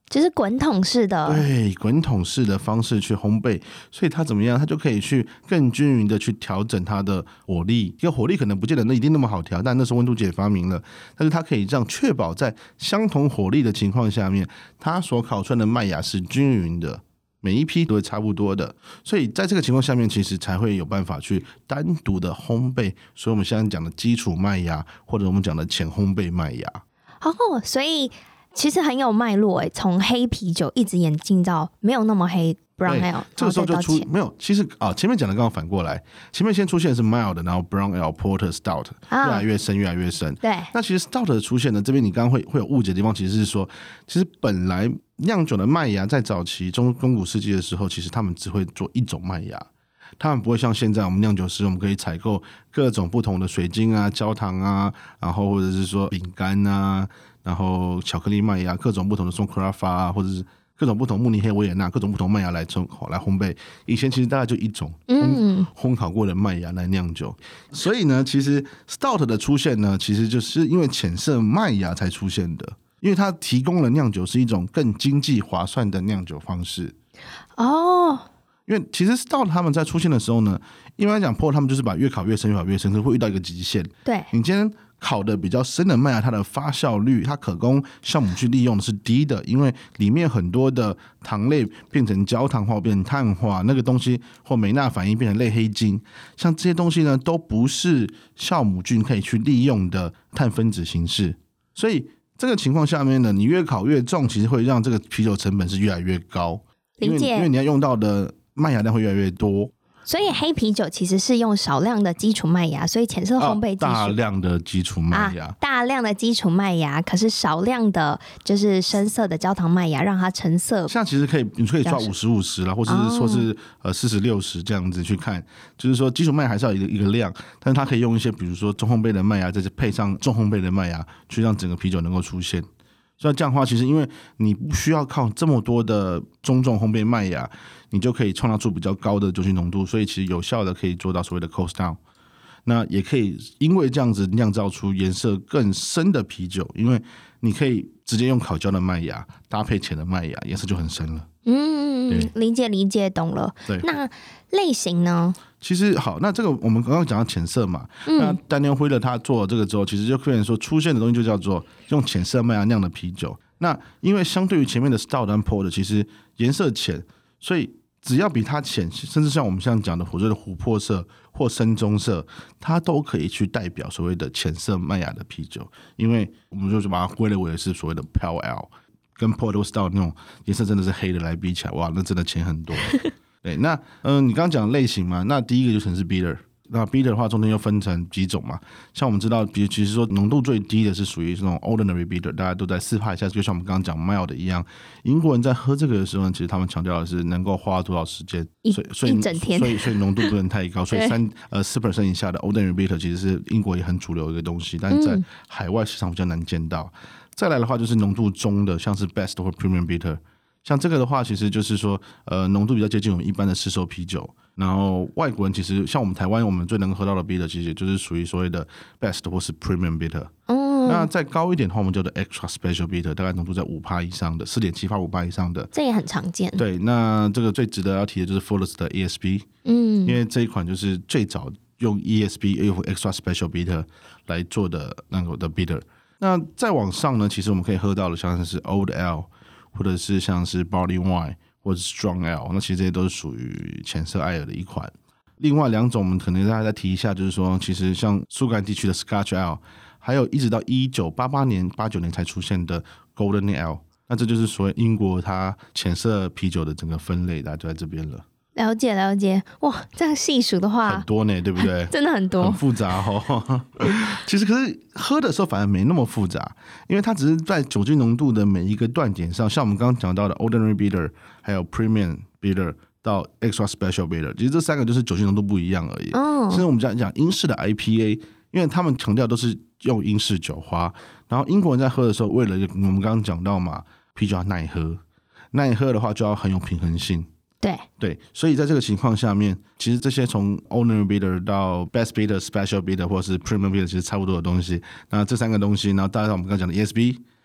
就是滚筒式的， 对，滚筒式的方式去烘焙，所以它怎么样？它就可以去更均匀的去调整它的火力。因为火力可能不见得那一定那么好调，但那时候温度计也发明了，但是它可以这样确保在相同火力的情况下面，它所烤出来的麦芽是均匀的，每一批都会差不多的。所以在这个情况下面，其实才会有办法去单独的烘焙。所以我们现在讲的基础麦芽，或者我们讲的浅烘焙麦芽。 哦，所以。其实很有脉络诶，从黑啤酒一直演进到没有那么黑 brown ale， 这个时候就出没有。其实啊，前面讲的刚好反过来，前面先出现的是 mild， 然后 brown ale porter stout， 越来越深，越来越深。 对， 那其实 stout 的出现呢，这边你刚刚会会有误解的地方，其实是说，其实本来酿酒的麦芽在早期中中古世纪的时候，其实他们只会做一种麦芽。他们不会像现在我们酿酒师，我们可以采购各种不同的水晶啊、焦糖啊，然后或者是说饼干啊，然后巧克力麦芽，各种不同的松克拉法啊，或者是各种不同慕尼黑维也纳各种不同麦芽来冲来烘焙。以前其实大概就一种烘烘烤过的麦芽来酿酒，所以呢，其实 Stout 的出现呢，其实就是因为浅色麦芽才出现的，因为它提供了酿酒是一种更经济划算的酿酒方式。 哦。 因为其实 Stout 他们在出现的时候呢，一般来讲 Port 他们就是把越烤越深，越烤越深，可是会遇到一个极限。 对， 你今天烤的比较深的麦芽，它的发酵率，它可供酵母去利用的是低的，因为里面很多的糖类变成焦糖化、变成碳化，那个东西或梅纳反应变成类黑金，像这些东西呢，都不是酵母菌可以去利用的碳分子形式，所以这个情况下面呢，你越烤越重，其实会让这个啤酒成本是越来越高， 理解， 因为因为你要用到的麦芽量会越来越多。 所以黑啤酒其实是用少量的基础麦芽，所以浅色烘焙技术、 啊、大量的基础麦芽、 啊，大量的基础麦芽，可是少量的就是深色的焦糖麦芽，让它成色。 像其实可以，你可以抓五十五十啦，或者是说是呃四十六十这样子去看，就是说基础麦芽还是要有一个一个量，但是它可以用一些比如说中烘焙的麦芽，再配上重烘焙的麦芽，去让整个啤酒能够出现。所以这样的话，其实因为你不需要靠这么多的中重烘焙麦芽，你就可以创造出比较高的酒精浓度，所以其实有效的可以做到所谓的 coast down。那也可以因为这样子酿造出颜色更深的啤酒，因为你可以直接用烤焦的麦芽搭配浅的麦芽，颜色就很深了。 嗯，理解理解，懂了。 对， 那类型呢？ 其实好，那这个我们刚刚讲到浅色嘛，嗯、那丹尼尔辉勒他做这个之后，其实就变成说出现的东西就叫做用浅色麦芽酿的啤酒。那因为相对于前面的 Stout 和 Porter， 其实颜色浅，所以只要比它浅，甚至像我们现在讲的所谓的琥珀色或深棕色，它都可以去代表所谓的浅色麦芽的啤酒，因为我们就把它归类为是所谓的 Pale Ale， 跟 Porter Stout 那种颜色真的是黑的来比起来，哇，那真的浅很多。对，那嗯、呃，你刚刚讲的类型嘛，那第一个就可能是 bitter， 那 bitter 的话中间又分成几种嘛，像我们知道，比如其实说浓度最低的是属于这种 ordinary bitter， 大家都在四趴以下，就像我们刚刚讲 mild 的一样。英国人在喝这个的时候，其实他们强调的是能够花多少时间，所以所以一整天， 所以所以浓度不能太高，所以三呃四 percent 以下的 ordinary bitter 其实是英国也很主流的一个东西，但是在海外市场比较难见到。嗯、再来的话就是浓度中的，像是 best 或 premium bitter。像这个的话，其实就是说，呃，浓度比较接近我们一般的市售啤酒。然后外国人其实像我们台湾，我们最能喝到的 bitter， 其实就是属于所谓的 best 或是 premium bitter。嗯。那再高一点的话，我们叫做 extra special bitter， 大概浓度在五趴以上的，四点七趴五趴以上的， 这也很常见。 对，那这个最值得要提的就是 Foster's 的 E S B， 嗯，因为这一款就是最早用 E S B 用 extra special bitter 来做的那个的 bitter。那再往上呢，其实我们可以喝到的像是 Old Ale。或者是像是 Barley Wine 或者是 Strong Ale， 那其实这些都是属于浅色艾尔的一款。另外两种我们可能大家再提一下，就是说其实像苏格兰地区的 Scotch Ale， 还有一直到一九八八年八九年才出现的 Golden Ale， 那这就是所谓英国它浅色啤酒的整个分类，大家就在这边了。 了解了解，哇，这样细数的话很多呢，对不对？ 真的很多， 很复杂哦。其实可是喝的时候反而没那么复杂，因为它只是在酒精浓度的每一个断点上，像我们刚刚讲到的 ordinary bitter， 还有 premium bitter 到 extra special bitter， 其实这三个就是酒精浓度不一样而已。嗯，其实我们讲讲英式的 I P A， 因为他们强调都是用英式酒花，然后英国人在喝的时候，为了我们刚刚讲到嘛，啤酒要耐喝，耐喝的话就要很有平衡性。 对对，所以在这个情况下面，其实这些从 ordinary bitter 到 best bitter、special bitter 或是 premium bitter 其实差不多的东西。那这三个东西，然后大家我们刚刚讲的 E S B，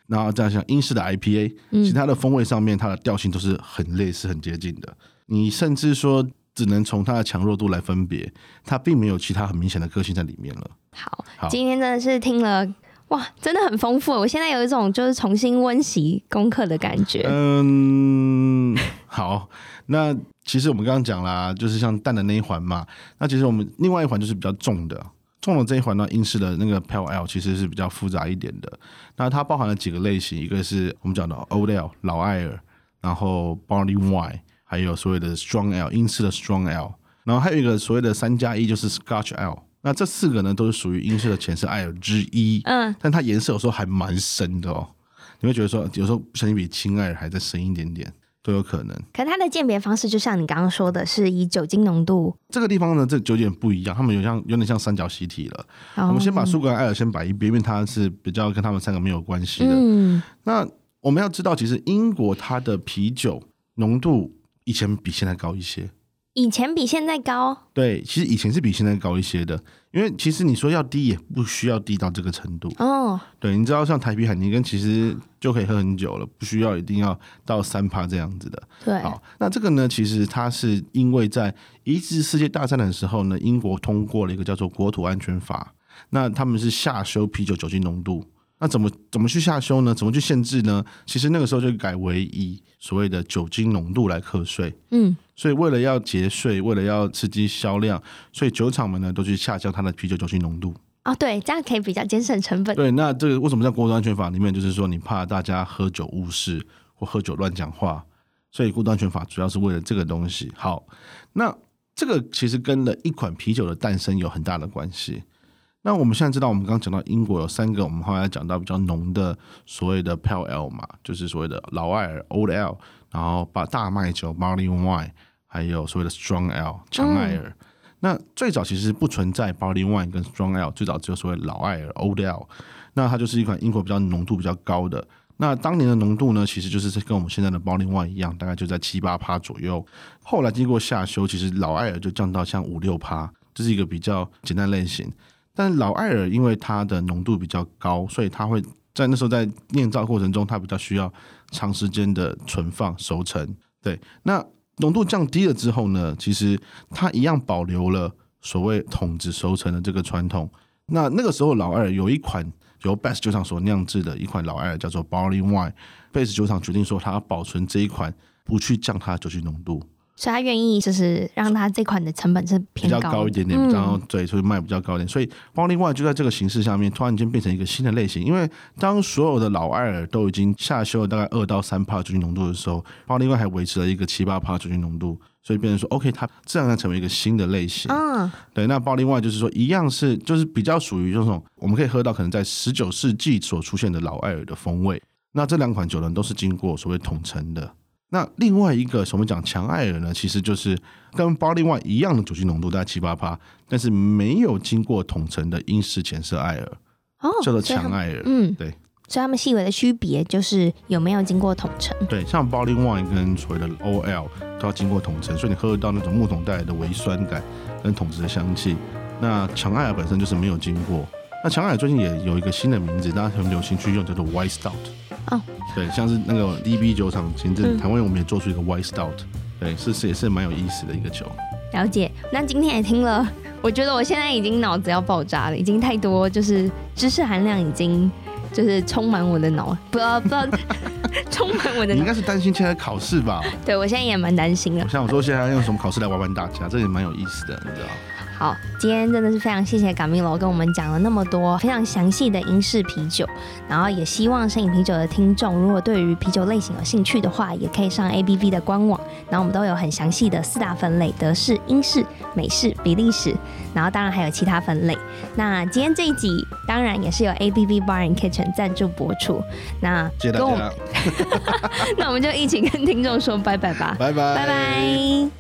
然后再像英式的 I P A， 其他的风味上面它的调性都是很类似很接近的，你甚至说只能从它的强弱度来分别，它并没有其他很明显的个性在里面了。 好，好，今天真的是听了哇，真的很丰富，我现在有一种就是重新温习功课的感觉。 嗯，好，那其实我们刚刚讲啦，就是像淡的那一环嘛，那其实我们另外一环就是比较重的，重的这一环呢，英式的那个 Pale Ale 其实是比较复杂一点的。那它包含了几个类型，一个是我们讲的 Old Ale 老艾尔，然后 Barley Wine， 还有所谓的 Strong Ale 英式的 Strong Ale， 然后还有一个所谓的三加一就是 Scotch Ale。那这四个呢都是属于英式的浅色艾尔之一，嗯，但它颜色有时候还蛮深的哦。你会觉得说有时候不小心比青艾尔还再深一点点都有可能。 可它的鉴别方式就像你刚刚说的，是以酒精浓度。 这个地方呢，这有点不一样，他们有像有点像三角习题了。哦、我们先把苏格兰艾尔先摆一边，因为它是比较跟他们三个没有关系的。嗯，那我们要知道，其实英国它的啤酒浓度以前比现在高一些。 以前比现在高？对， 其实以前是比现在高一些的，因为其实你说要低也不需要低到这个程度哦。对，你知道像台啤海尼根其实就可以喝很久了，不需要一定要到 百分之三 这样子的。 对， 好，那这个呢，其实它是因为在一次世界大战的时候呢，英国通过了一个叫做国土安全法，那他们是下修啤酒酒精浓度。那怎么怎么去下修呢？怎么去限制呢？其实那个时候就改为以所谓的酒精浓度来课税。嗯，所以为了要节税，为了要刺激销量，所以酒厂们呢都去下降它的啤酒酒精浓度。 哦，对，这样可以比较节省成本。 对，那这个为什么在国土安全法里面，就是说你怕大家喝酒误事或喝酒乱讲话，所以国土安全法主要是为了这个东西。好，那这个其实跟了一款啤酒的诞生有很大的关系。那我们现在知道，我们刚刚讲到英国有三个，我们后来讲到比较浓的所谓的 Pale Ale 嘛，就是所谓的老艾尔 Old Ale， 然后把大麦酒 Barley Wine， 还有所谓的 Strong Ale 强艾尔。嗯、那最早其实不存在 Barley Wine 跟 Strong Ale， 最早只有所谓老艾尔 Old Ale， 那它就是一款英国比较浓度比较高的。那当年的浓度呢，其实就是跟我们现在的 Barley Wine 一样，大概就在 百分之七八 左右。后来经过下修，其实老艾尔就降到像 百分之五六， 这是一个比较简单类型。但老艾尔因为它的浓度比较高，所以它会在那时候在酿造过程中，它比较需要长时间的存放熟成。对，那浓度降低了之后呢，其实它一样保留了所谓桶子熟成的这个传统。那那个时候老艾尔有一款由 Best 酒厂所酿制的一款老艾尔叫做 Barley Wine， Best 酒厂决定说它要保存这一款，不去降它的酒精浓度。 所以他愿意就是让他这款的成本是偏高比较高一点点，嗯、然后对，所以卖比较高一点。所以 Barley Wine 就在这个形式下面，突然间变成一个新的类型。因为当所有的老艾尔都已经下修了大概二到三趴酒精浓度的时候 ，Barley Wine 还维持了一个七八趴酒精浓度，所以变成说 ，OK， 它自然而然成为一个新的类型。嗯，对。那 Barley Wine 就是说一样是，就是比较属于这种我们可以喝到可能在十九世纪所出现的老艾尔的风味。那这两款酒呢，都是经过所谓统称的。那另外一个我们讲强艾尔呢，其实就是跟 Barley Wine 一样的酒精浓度，大概七八趴，但是没有经过统称的英式浅色艾尔，哦，叫做强艾尔。嗯，对。 所以他们细微的区别就是有没有经过统称。 对，像 Barley Wine 跟所谓的 Old Ale 都要经过统称，所以你喝得到那种木桶带来的微酸感跟桶子的香气。那强艾尔本身就是没有经过。那强艾尔最近也有一个新的名字，大家很流行去用，叫做 White Stout。哦，对，像是那个 D B 酒厂前阵台湾我们也做出一个 White Stout， 对，是是也是蛮有意思的一个酒。 了解，那今天也听了，我觉得我现在已经脑子要爆炸了，已经太多就是知识含量已经就是充满我的脑，不知道不知道充满我的脑。 你应该是担心现在考试吧？ 对，我现在也蛮担心的。 像我说现在用什么考试来玩玩大家，这也蛮有意思的，你知道。 好，今天真的是非常谢谢Camilo跟我们讲了那么多非常详细的英式啤酒，然后也希望深饮啤酒的听众如果对于啤酒类型有兴趣的话，也可以上 A B V 的官网，然后我们都有很详细的四大分类：德式、英式、美式、比利时，然后当然还有其他分类。那今天这一集当然也是由 A B V Bar and Kitchen 赞助播出。那谢谢大家。 那我们就一起跟听众说拜拜吧， 拜拜， 拜拜。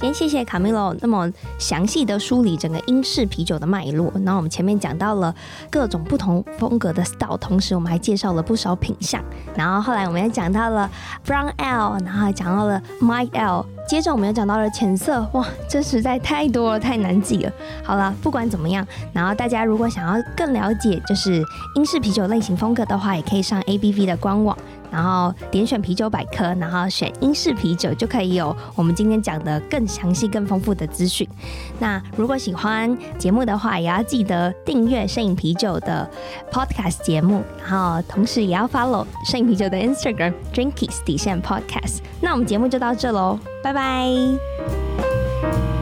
今天谢谢卡米洛那么详细的梳理整个英式啤酒的脉络，然后我们前面讲到了各种不同风格的 style， 同时我们还介绍了不少品项，然后后来我们也讲到了 Brown Ale， 然后还讲到了 Mild Ale， 接着我们又讲到了浅色，哇，这实在太多了，太难记了。好了，不管怎么样，然后大家如果想要更了解就是英式啤酒类型风格的话，也可以上 A B V 的官网，然后点选啤酒百科，然后选英式啤酒，就可以有我们今天讲的更详细、更丰富的资讯。那如果喜欢节目的话，也要记得订阅摄影啤酒的 podcast 节目，然后同时也要 follow 摄影啤酒的 Instagram Drinkies 底线 podcast。那我们节目就到这喽，拜拜。